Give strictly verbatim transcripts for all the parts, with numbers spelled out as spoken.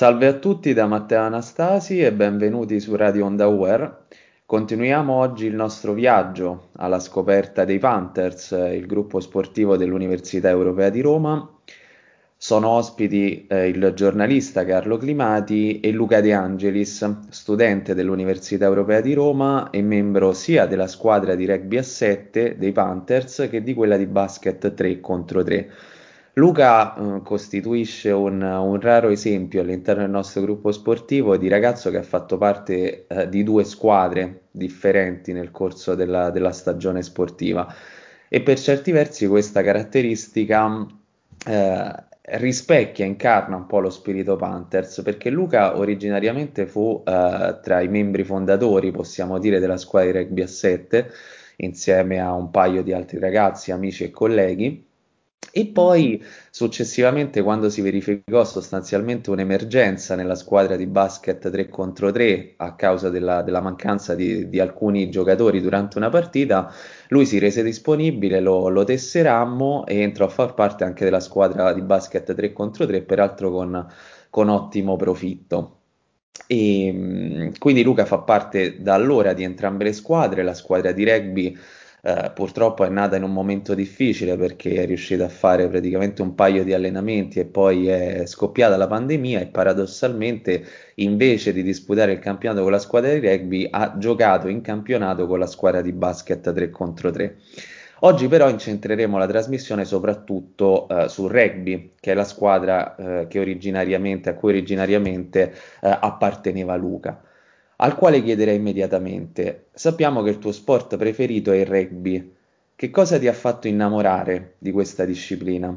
Salve a tutti da Matteo Anastasi e benvenuti su Radio Onda Uer. Continuiamo oggi il nostro viaggio alla scoperta dei Panthers, eh, il gruppo sportivo dell'Università Europea di Roma. Sono ospiti eh, il giornalista Carlo Climati e Luca De Angelis, studente dell'Università Europea di Roma e membro sia della squadra di rugby a sette dei Panthers che di quella di basket tre contro tre. Luca eh, costituisce un, un raro esempio all'interno del nostro gruppo sportivo di ragazzo che ha fatto parte eh, di due squadre differenti nel corso della, della stagione sportiva e per certi versi questa caratteristica eh, rispecchia, incarna un po' lo spirito Panthers, perché Luca originariamente fu eh, tra i membri fondatori, possiamo dire, della squadra di rugby a sette, insieme a un paio di altri ragazzi, amici e colleghi. E poi successivamente, quando si verificò sostanzialmente un'emergenza nella squadra di basket tre contro tre a causa della, della mancanza di, di alcuni giocatori durante una partita, lui si rese disponibile, lo, lo tesserammo e entrò a far parte anche della squadra di basket tre contro tre, peraltro con, con ottimo profitto. E, mh, quindi Luca fa parte da allora di entrambe le squadre, la squadra di rugby eh, purtroppo è nata in un momento difficile perché è riuscita a fare praticamente un paio di allenamenti e poi è scoppiata la pandemia e paradossalmente invece di disputare il campionato con la squadra di rugby ha giocato in campionato con la squadra di basket tre contro tre. Oggi però incentreremo la trasmissione soprattutto eh, sul rugby, che è la squadra eh, che originariamente, a cui originariamente eh, apparteneva Luca, al quale chiederei immediatamente: sappiamo che il tuo sport preferito è il rugby. Che cosa ti ha fatto innamorare di questa disciplina?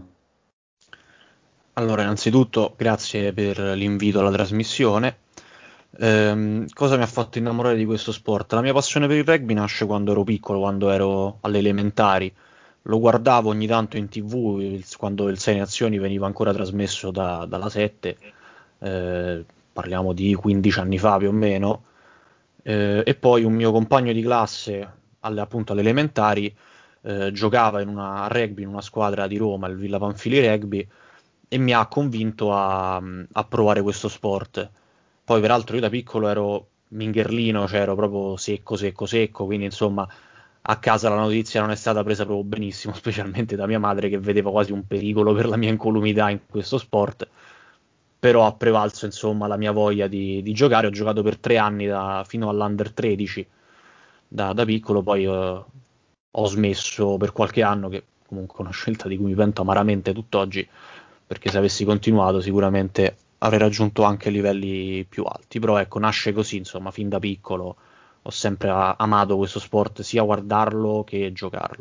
Allora, innanzitutto grazie per l'invito alla trasmissione. Ehm, cosa mi ha fatto innamorare di questo sport? La mia passione per il rugby nasce quando ero piccolo, quando ero alle elementari. Lo guardavo ogni tanto in T V, il- quando il Sei Nazioni veniva ancora trasmesso da- dalla sette, eh, parliamo di quindici anni fa più o meno. Eh, e poi un mio compagno di classe, alle, appunto alle elementari, eh, giocava in una, a rugby in una squadra di Roma, il Villa Pamphili Rugby, e mi ha convinto a, a provare questo sport. Poi, peraltro, io da piccolo ero mingherlino, cioè ero proprio secco, secco, secco, quindi insomma a casa la notizia non è stata presa proprio benissimo, specialmente da mia madre che vedeva quasi un pericolo per la mia incolumità in questo sport. Però ha prevalso insomma la mia voglia di, di giocare. Ho giocato per tre anni da- fino all'Under tredici da, da piccolo, poi eh, ho smesso per qualche anno, che comunque è una scelta di cui mi pento amaramente tutt'oggi, perché se avessi continuato sicuramente avrei raggiunto anche livelli più alti. Però ecco, nasce così, insomma, fin da piccolo ho sempre a- amato questo sport, sia guardarlo che giocarlo.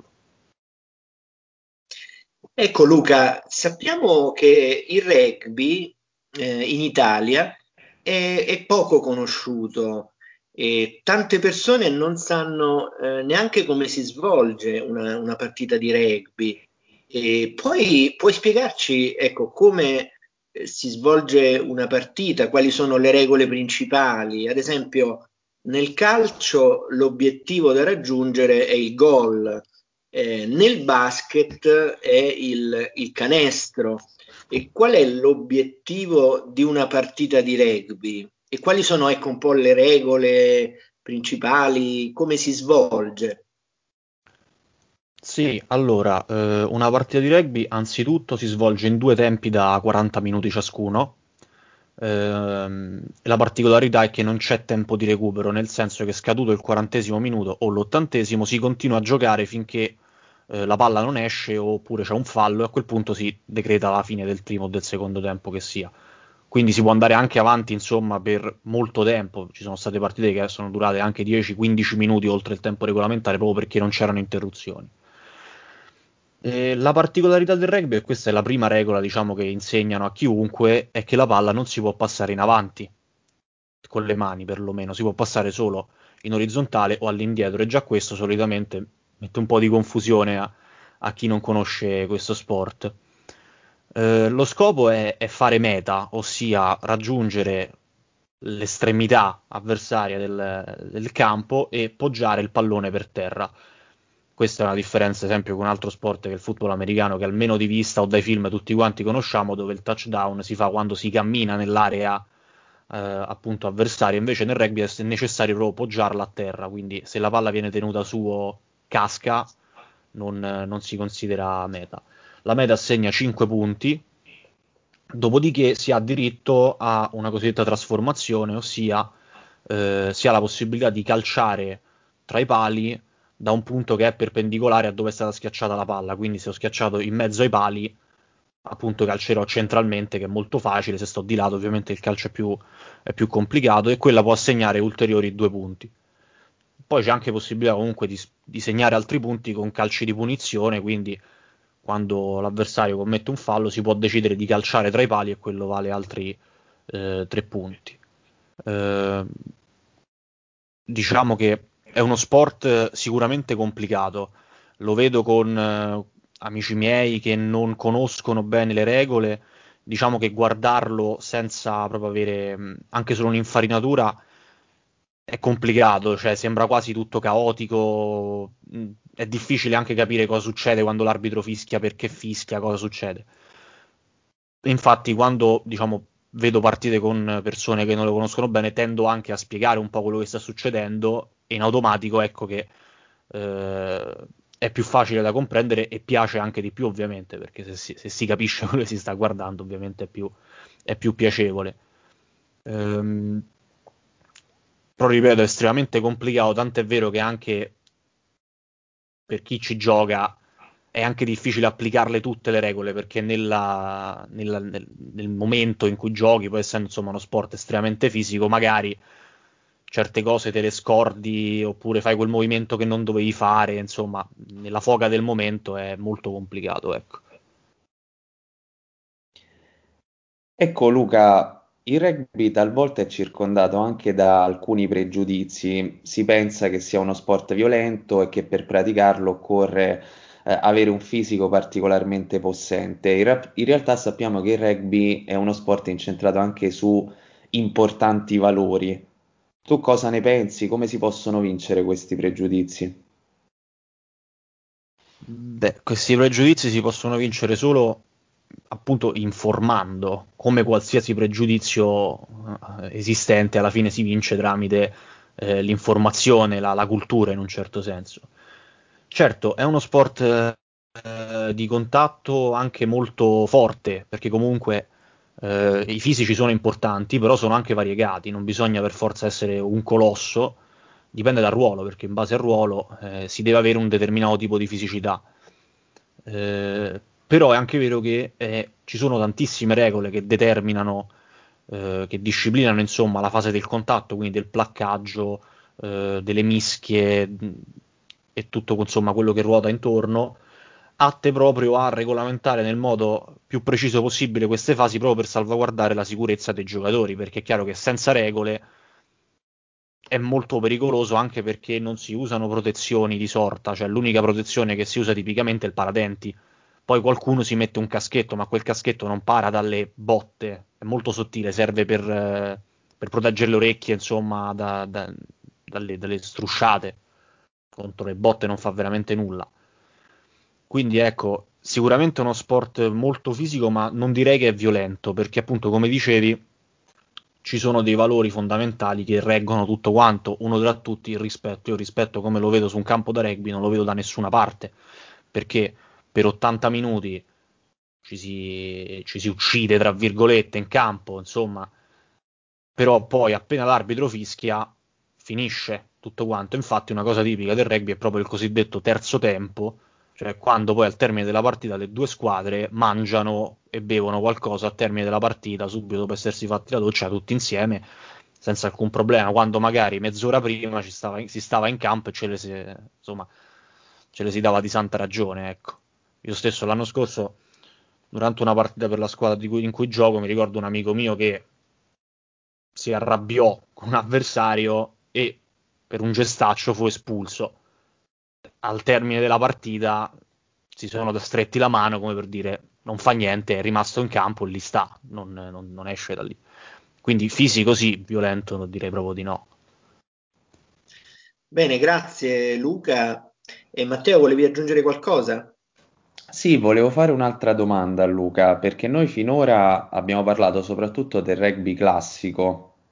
Ecco Luca, sappiamo che il rugby eh, in Italia è, è poco conosciuto e tante persone non sanno eh, neanche come si svolge una, una partita di rugby. E poi puoi spiegarci, ecco, come eh, si svolge una partita, quali sono le regole principali? Ad esempio, nel calcio l'obiettivo da raggiungere è il gol, eh, nel basket è il, il canestro. E qual è l'obiettivo di una partita di rugby? E quali sono, ecco, un po' le regole principali? Come si svolge? Sì, allora, eh, una partita di rugby anzitutto si svolge in due tempi da quaranta minuti ciascuno. Ehm, la particolarità è che non c'è tempo di recupero, nel senso che scaduto il quarantesimo minuto o l'ottantesimo si continua a giocare finché eh, la palla non esce oppure c'è un fallo e a quel punto si decreta la fine del primo o del secondo tempo che sia. Quindi si può andare anche avanti, insomma, per molto tempo. Ci sono state partite che sono durate anche dieci quindici minuti oltre il tempo regolamentare proprio perché non c'erano interruzioni. Eh, la particolarità del rugby, e questa è la prima regola, diciamo, che insegnano a chiunque, è che la palla non si può passare in avanti, con le mani perlomeno, si può passare solo in orizzontale o all'indietro, e già questo solitamente mette un po' di confusione a, a chi non conosce questo sport. Eh, lo scopo è, è fare meta, ossia raggiungere l'estremità avversaria del, del campo e poggiare il pallone per terra. Questa è una differenza, ad esempio, con un altro sport che è il football americano, che almeno di vista o dai film tutti quanti conosciamo, dove il touchdown si fa quando si cammina nell'area eh, appunto avversario. Invece nel rugby è necessario proprio poggiarla a terra, quindi se la palla viene tenuta su o casca non, non si considera meta. La meta assegna cinque punti, dopodiché si ha diritto a una cosiddetta trasformazione, ossia eh, si ha la possibilità di calciare tra i pali da un punto che è perpendicolare a dove è stata schiacciata la palla. Quindi se ho schiacciato in mezzo ai pali, appunto calcerò centralmente, che è molto facile. Se sto di lato, ovviamente il calcio è più, è più complicato, e quella può assegnare ulteriori due punti. Poi c'è anche possibilità comunque di, di segnare altri punti con calci di punizione, quindi quando l'avversario commette un fallo si può decidere di calciare tra i pali e quello vale altri eh, tre punti. Eh, diciamo che è uno sport sicuramente complicato. Lo vedo con eh, amici miei che non conoscono bene le regole. Diciamo che guardarlo senza proprio avere mh, anche solo un'infarinatura è complicato, cioè sembra quasi tutto caotico. mh, È difficile anche capire cosa succede quando l'arbitro fischia, perché fischia, cosa succede. Infatti, quando diciamo vedo partite con persone che non lo conoscono bene, tendo anche a spiegare un po' quello che sta succedendo, e in automatico ecco che eh, è più facile da comprendere e piace anche di più, ovviamente, perché se si, se si capisce quello che si sta guardando, ovviamente è più, è più piacevole. Ehm, Però ripeto, è estremamente complicato, tant'è vero che anche per chi ci gioca è anche difficile applicarle tutte le regole, perché nella- nella- nel, nel momento in cui giochi, poi essendo insomma uno sport estremamente fisico, magari certe cose te le scordi oppure fai quel movimento che non dovevi fare, insomma, nella foga del momento è molto complicato, ecco. Ecco Luca, il rugby talvolta è circondato anche da alcuni pregiudizi. Si pensa che sia uno sport violento e che per praticarlo occorre eh, avere un fisico particolarmente possente. In, ra- in realtà sappiamo che il rugby è uno sport incentrato anche su importanti valori. Tu cosa ne pensi? Come si possono vincere questi pregiudizi? Beh, questi pregiudizi si possono vincere solo appunto informando, come qualsiasi pregiudizio eh, esistente, alla fine si vince tramite eh, l'informazione, la, la cultura in un certo senso. Certo, è uno sport eh, di contatto anche molto forte, perché comunque eh, i fisici sono importanti, però sono anche variegati, non bisogna per forza essere un colosso, dipende dal ruolo, perché in base al ruolo eh, si deve avere un determinato tipo di fisicità. Eh, Però è anche vero che eh, ci sono tantissime regole che determinano, eh, che disciplinano insomma la fase del contatto, quindi del placcaggio, eh, delle mischie mh, e tutto insomma quello che ruota intorno, atte proprio a regolamentare nel modo più preciso possibile queste fasi proprio per salvaguardare la sicurezza dei giocatori, perché è chiaro che senza regole è molto pericoloso, anche perché non si usano protezioni di sorta, cioè l'unica protezione che si usa tipicamente è il paradenti. Poi qualcuno si mette un caschetto, ma quel caschetto non para dalle botte, è molto sottile, serve per, eh, per proteggere le orecchie, insomma, da- da- dalle, dalle strusciate. Contro le botte non fa veramente nulla. Quindi ecco, sicuramente è uno sport molto fisico, ma non direi che è violento, perché appunto, come dicevi, ci sono dei valori fondamentali che reggono tutto quanto. Uno tra tutti, il rispetto. Io il rispetto, come lo vedo su un campo da rugby, non lo vedo da nessuna parte, perché per ottanta minuti ci si, ci si uccide, tra virgolette, in campo, insomma, però poi appena l'arbitro fischia finisce tutto quanto. Infatti una cosa tipica del rugby è proprio il cosiddetto terzo tempo, cioè quando poi al termine della partita le due squadre mangiano e bevono qualcosa al termine della partita, subito dopo essersi fatti la doccia tutti insieme, senza alcun problema, quando magari mezz'ora prima ci stava, si stava in campo e ce le si, insomma, ce le si dava di santa ragione, ecco. Io stesso l'anno scorso, durante una partita per la squadra di cui- in cui gioco, mi ricordo un amico mio che si arrabbiò con un avversario e per un gestaccio fu espulso. Al termine della partita si sono stretti la mano come per dire non fa niente, è rimasto in campo e lì sta, non, non- non esce da lì. Quindi fisico sì, violento direi proprio di no. Bene, grazie Luca. E Matteo, volevi aggiungere qualcosa? Sì, volevo fare un'altra domanda a Luca, perché noi finora abbiamo parlato soprattutto del rugby classico,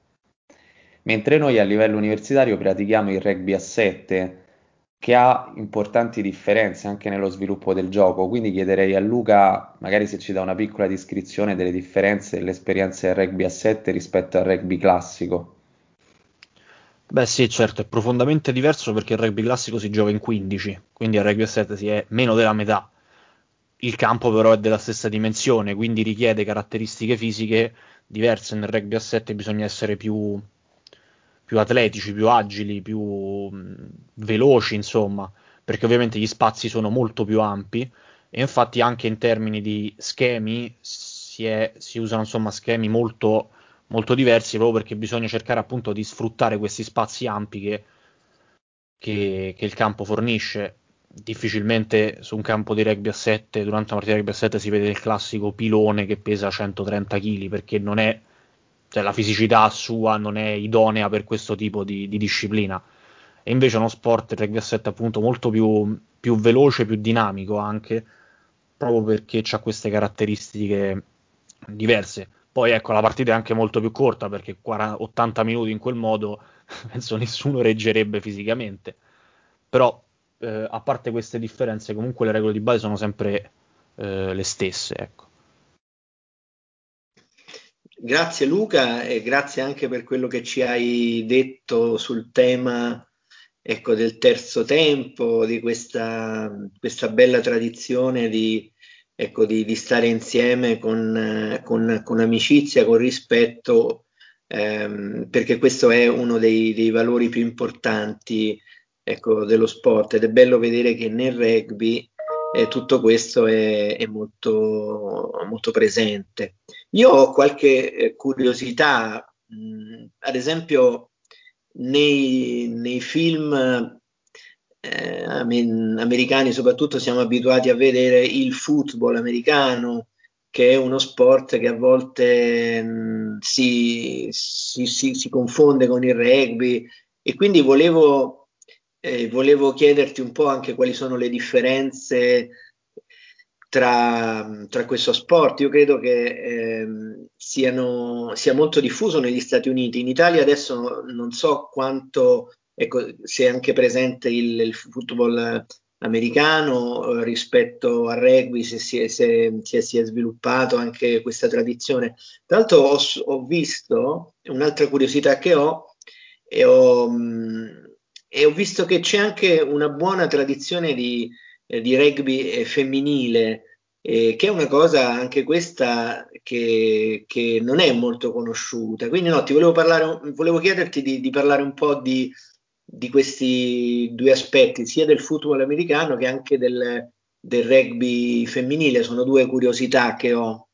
mentre noi a livello universitario pratichiamo il rugby a sette, che ha importanti differenze anche nello sviluppo del gioco, quindi chiederei a Luca, magari se ci dà una piccola descrizione delle differenze dell'esperienza del rugby a sette rispetto al rugby classico. Beh sì, certo, è profondamente diverso perché il rugby classico si gioca in quindici, quindi al rugby a sette si è meno della metà. Il campo però è della stessa dimensione, quindi richiede caratteristiche fisiche diverse. Nel rugby a sette bisogna essere più, più atletici, più agili, più mh, veloci, insomma, perché ovviamente gli spazi sono molto più ampi e infatti anche in termini di schemi si, è- si usano insomma schemi molto, molto diversi proprio perché bisogna cercare appunto di sfruttare questi spazi ampi che che, che il campo fornisce. Difficilmente su un campo di rugby a sette, durante una partita di rugby a sette, si vede il classico pilone che pesa centotrenta chili perché non è, cioè la fisicità sua non è idonea per questo tipo di, di disciplina. E invece è uno sport, il rugby a sette, appunto molto più, più veloce, più dinamico anche, proprio perché ha queste caratteristiche diverse. Poi ecco, la partita è anche molto più corta perché quaranta, ottanta minuti in quel modo penso nessuno reggerebbe fisicamente. Però, eh, a parte queste differenze, comunque le regole di base sono sempre eh, le stesse, ecco. Grazie Luca e grazie anche per quello che ci hai detto sul tema, ecco, del terzo tempo, di questa, questa bella tradizione di, ecco, di, di stare insieme con, eh, con- con amicizia, con rispetto, ehm, perché questo è uno dei, dei valori più importanti, ecco, dello sport ed è bello vedere che nel rugby eh, tutto questo è, è molto, molto presente. Io ho qualche eh, curiosità, mh, ad esempio nei, nei film eh, ame- americani soprattutto siamo abituati a vedere il football americano, che è uno sport che a volte mh, si, si- si- si confonde con il rugby e quindi volevo, eh, volevo chiederti un po' anche quali sono le differenze tra, tra questo sport. Io credo che ehm, siano, sia molto diffuso negli Stati Uniti. In Italia adesso non so quanto, ecco, se è anche presente il, il football americano eh, rispetto al rugby, se si è, se- se si è sviluppato anche questa tradizione. Tra l'altro ho, ho visto, un'altra curiosità che ho, e ho, mh, e ho visto che c'è anche una buona tradizione di, eh, di rugby eh, femminile, eh, che è una cosa anche questa che, che non è molto conosciuta. Quindi no, ti volevo parlare, volevo chiederti di, di parlare un po' di, di questi due aspetti, sia del football americano che anche del, del rugby femminile. Sono due curiosità che ho.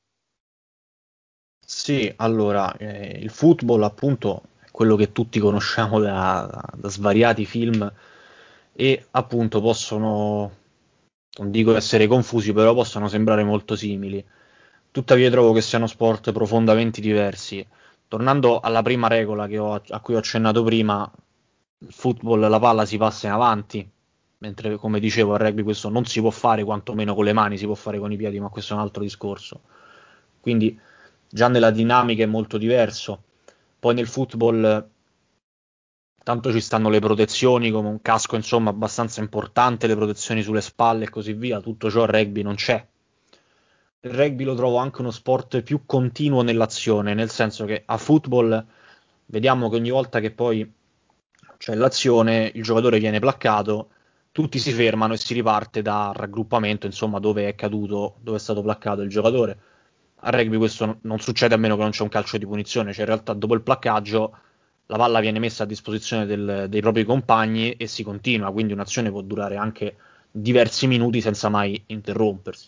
Sì, allora, eh, il football appunto è quello che tutti conosciamo da, da svariati film e appunto possono, non dico essere confusi, però possono sembrare molto simili. Tuttavia trovo che siano sport profondamente diversi. Tornando alla prima regola che ho- a cui ho accennato prima, il football la palla si passa in avanti, mentre come dicevo al rugby questo non si può fare, quantomeno con le mani, si può fare con i piedi, ma questo è un altro discorso. Quindi già nella dinamica è molto diverso. Poi nel football tanto ci stanno le protezioni come un casco insomma abbastanza importante, le protezioni sulle spalle e così via, tutto ciò al rugby non c'è. Il rugby lo trovo anche uno sport più continuo nell'azione, nel senso che a football vediamo che ogni volta che poi c'è l'azione, il giocatore viene placcato, tutti si fermano e si riparte dal raggruppamento, insomma, dove è caduto, dove è stato placcato il giocatore. Al rugby questo no- non succede a meno che non c'è un calcio di punizione, cioè in realtà dopo il placcaggio la palla viene messa a disposizione del- dei propri compagni e si continua, quindi un'azione può durare anche diversi minuti senza mai interrompersi.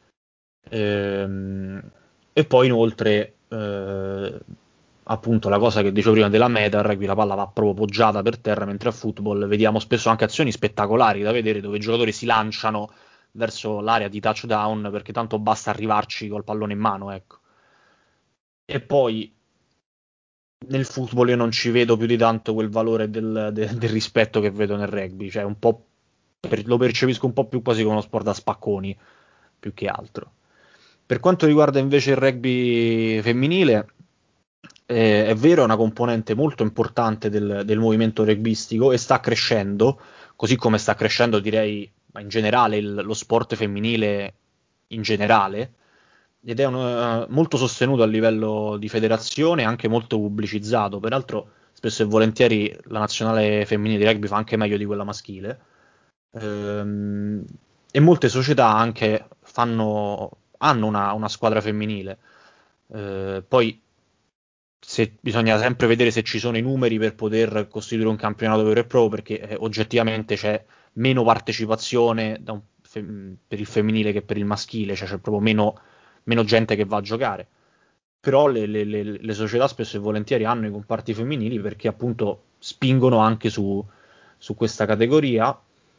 Ehm, e poi inoltre, eh, appunto, la cosa che dicevo prima della meta, al rugby la palla va proprio poggiata per terra, mentre a football vediamo spesso anche azioni spettacolari da vedere dove i giocatori si lanciano verso l'area di touchdown perché tanto basta arrivarci col pallone in mano, ecco. E poi nel football io non ci vedo più di tanto quel valore del, de- del rispetto che vedo nel rugby, cioè un po' per- lo percepisco un po' più quasi come uno sport da spacconi, più che altro. Per quanto riguarda invece il rugby femminile, è, è vero, è una componente molto importante del, del movimento rugbyistico e sta crescendo, così come sta crescendo, direi, ma in generale il- lo sport femminile in generale, ed è un, eh, molto sostenuto a livello di federazione e anche molto pubblicizzato. Peraltro, spesso e volentieri la nazionale femminile di rugby fa anche meglio di quella maschile. Ehm, e molte società anche fanno, hanno una, una squadra femminile. Eh, poi se, bisogna sempre vedere se ci sono i numeri per poter costituire un campionato vero e proprio, perché eh, oggettivamente c'è meno partecipazione da un fe- per il femminile che per il maschile, cioè c'è proprio meno, meno gente che va a giocare. Però le, le- le- le società spesso e volentieri hanno i comparti femminili perché appunto spingono anche su, su questa categoria,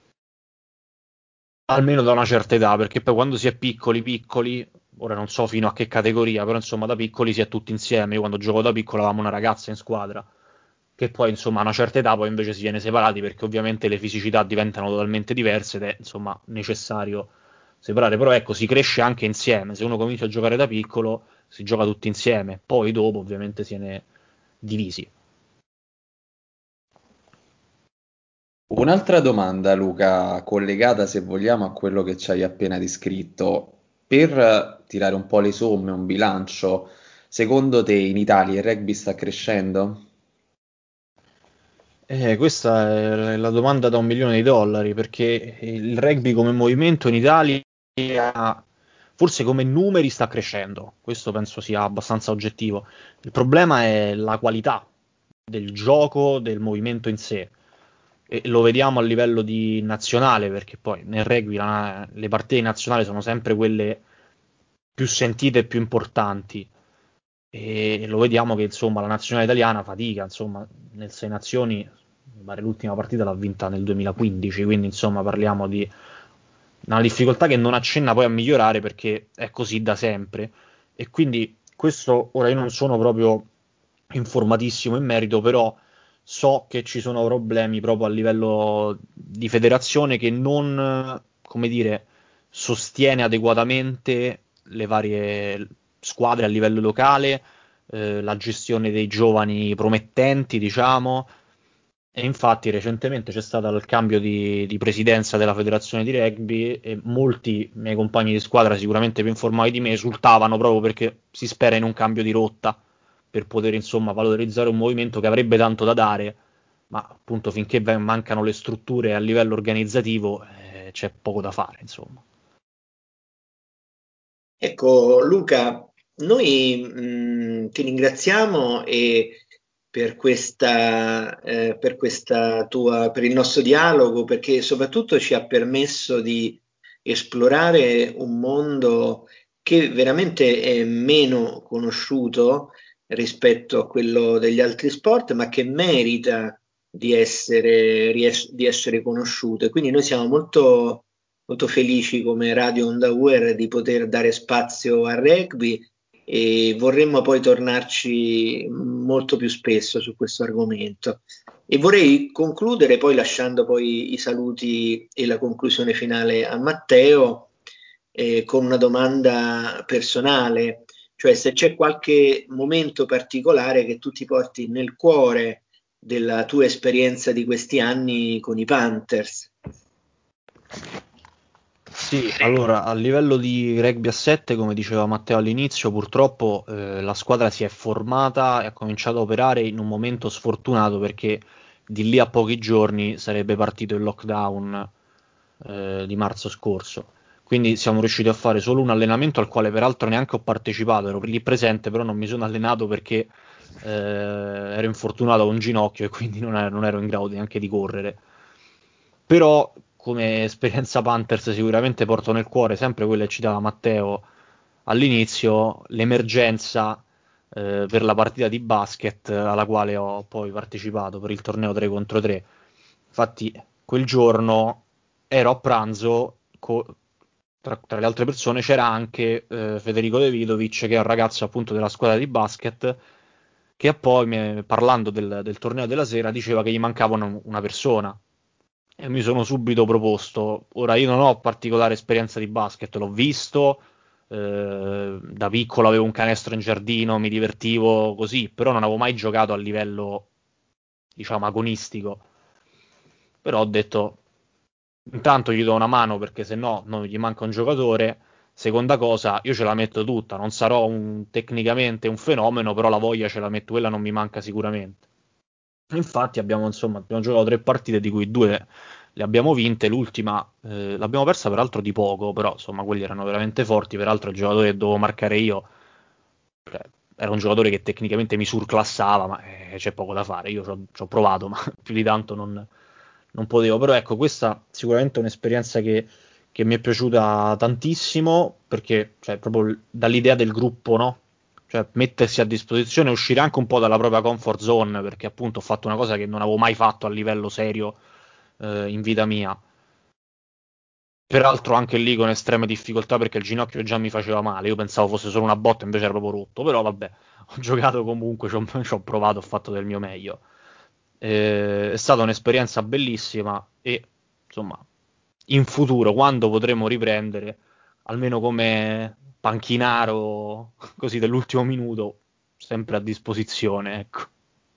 almeno da una certa età, perché poi quando si è piccoli, piccoli, ora non so fino a che categoria, però insomma da piccoli si è tutti insieme. Io quando gioco da piccolo avevamo una ragazza in squadra, che poi insomma a una certa età poi invece si viene separati perché ovviamente le fisicità diventano totalmente diverse ed è insomma necessario separare. Però ecco, si cresce anche insieme. Se uno comincia a giocare da piccolo, si gioca tutti insieme, poi dopo ovviamente si viene divisi. Un'altra domanda, Luca, collegata se vogliamo a quello che ci hai appena descritto. Per eh, tirare un po' le somme, un bilancio, secondo te in Italia il rugby sta crescendo? Eh, questa è la domanda da un milione di dollari, perché il rugby come movimento in Italia, forse come numeri, sta crescendo. Questo penso sia abbastanza oggettivo. Il problema è la qualità del gioco, del movimento in sé. E lo vediamo a livello di nazionale, perché poi nel rugby la- le partite nazionali sono sempre quelle più sentite e più importanti. E lo vediamo che insomma la nazionale italiana fatica, insomma, nel Sei Nazioni, mi pare l'ultima partita l'ha vinta nel duemilaquindici, quindi insomma parliamo di una difficoltà che non accenna poi a migliorare perché è così da sempre. E quindi questo, ora io non sono proprio informatissimo in merito, però so che ci sono problemi proprio a livello di federazione che non, come dire, sostiene adeguatamente le varie squadre a livello locale, eh, la gestione dei giovani promettenti, diciamo. E infatti recentemente c'è stato il cambio di, di presidenza della federazione di rugby e molti miei compagni di squadra, sicuramente più informati di me, esultavano proprio perché si spera in un cambio di rotta per poter insomma valorizzare un movimento che avrebbe tanto da dare, ma appunto finché ve- mancano le strutture a livello organizzativo eh, c'è poco da fare, insomma. Ecco, Luca, noi mh, ti ringraziamo e per questa, eh, per questa tua, per il nostro dialogo, perché soprattutto ci ha permesso di esplorare un mondo che veramente è meno conosciuto rispetto a quello degli altri sport, ma che merita di essere, ries- di essere conosciuto. E quindi noi siamo molto molto felici come Radio Onda U E R di poter dare spazio al rugby e vorremmo poi tornarci molto più spesso su questo argomento. E vorrei concludere poi lasciando poi i saluti e la conclusione finale a Matteo eh, con una domanda personale, cioè se c'è qualche momento particolare che tu ti porti nel cuore della tua esperienza di questi anni con i Panthers. Sì, allora a livello di rugby a sette, come diceva Matteo all'inizio, purtroppo eh, la squadra si è formata e ha cominciato a operare in un momento sfortunato perché di lì a pochi giorni sarebbe partito il lockdown eh, di marzo scorso. Quindi siamo riusciti a fare solo un allenamento al quale peraltro neanche ho partecipato, ero lì presente, però non mi sono allenato perché eh, ero infortunato a un ginocchio e quindi non ero, non ero in grado neanche di correre. Però come esperienza Panthers sicuramente porto nel cuore sempre quella che citava Matteo all'inizio, l'emergenza eh, per la partita di basket alla quale ho poi partecipato per il torneo tre contro tre. Infatti quel giorno ero a pranzo, co- tra, tra le altre persone c'era anche eh, Federico De Vidovic, che è un ragazzo appunto della squadra di basket, che poi, mi- parlando del, del torneo della sera, diceva che gli mancava una, una persona. E mi sono subito proposto. Ora io non ho particolare esperienza di basket, l'ho visto, eh, da piccolo avevo un canestro in giardino, mi divertivo così, però non avevo mai giocato a livello, diciamo, agonistico. Però ho detto, intanto gli do una mano perché se no non gli manca un giocatore. Seconda cosa, io ce la metto tutta, non sarò un- tecnicamente un fenomeno, però la voglia ce la metto, quella non mi manca sicuramente. Infatti abbiamo, insomma, abbiamo giocato tre partite, di cui due le abbiamo vinte, l'ultima eh, l'abbiamo persa peraltro di poco, però insomma quelli erano veramente forti, peraltro il giocatore che dovevo marcare io, cioè, era un giocatore che tecnicamente mi surclassava, ma eh, c'è poco da fare, io ci ho ci ho provato, ma più di tanto non, non potevo. Però ecco, questa sicuramente è un'esperienza che, che mi è piaciuta tantissimo, perché cioè, proprio l- dall'idea del gruppo, no? Cioè mettersi a disposizione, uscire anche un po' dalla propria comfort zone, perché appunto ho fatto una cosa che non avevo mai fatto a livello serio eh, in vita mia. Peraltro anche lì con estreme difficoltà perché il ginocchio già mi faceva male, io pensavo fosse solo una botta, invece era proprio rotto, però vabbè, ho giocato comunque, ci ho, ci ho provato, ho fatto del mio meglio. Eh, è stata un'esperienza bellissima e insomma, in futuro, quando potremo riprendere, almeno come panchinaro così dell'ultimo minuto, sempre a disposizione, ecco.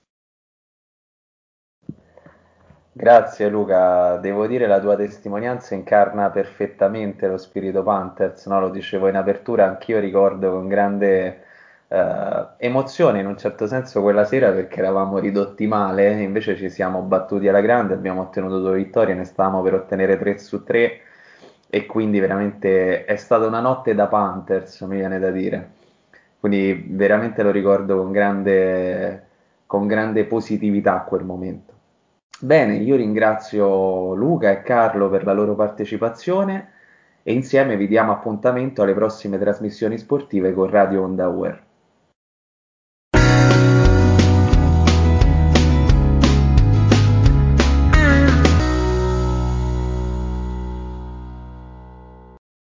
Grazie Luca, devo dire la tua testimonianza incarna perfettamente lo spirito Panthers, no? Lo dicevo in apertura, anch'io ricordo con grande eh, emozione in un certo senso quella sera perché eravamo ridotti male, invece ci siamo battuti alla grande, abbiamo ottenuto due vittorie, ne stavamo per ottenere tre su tre e quindi veramente è stata una notte da Panthers, mi viene da dire. Quindi veramente lo ricordo con grande, con grande positività quel momento. Bene, io ringrazio Luca e Carlo per la loro partecipazione e insieme vi diamo appuntamento alle prossime trasmissioni sportive con Radio Onda Uer.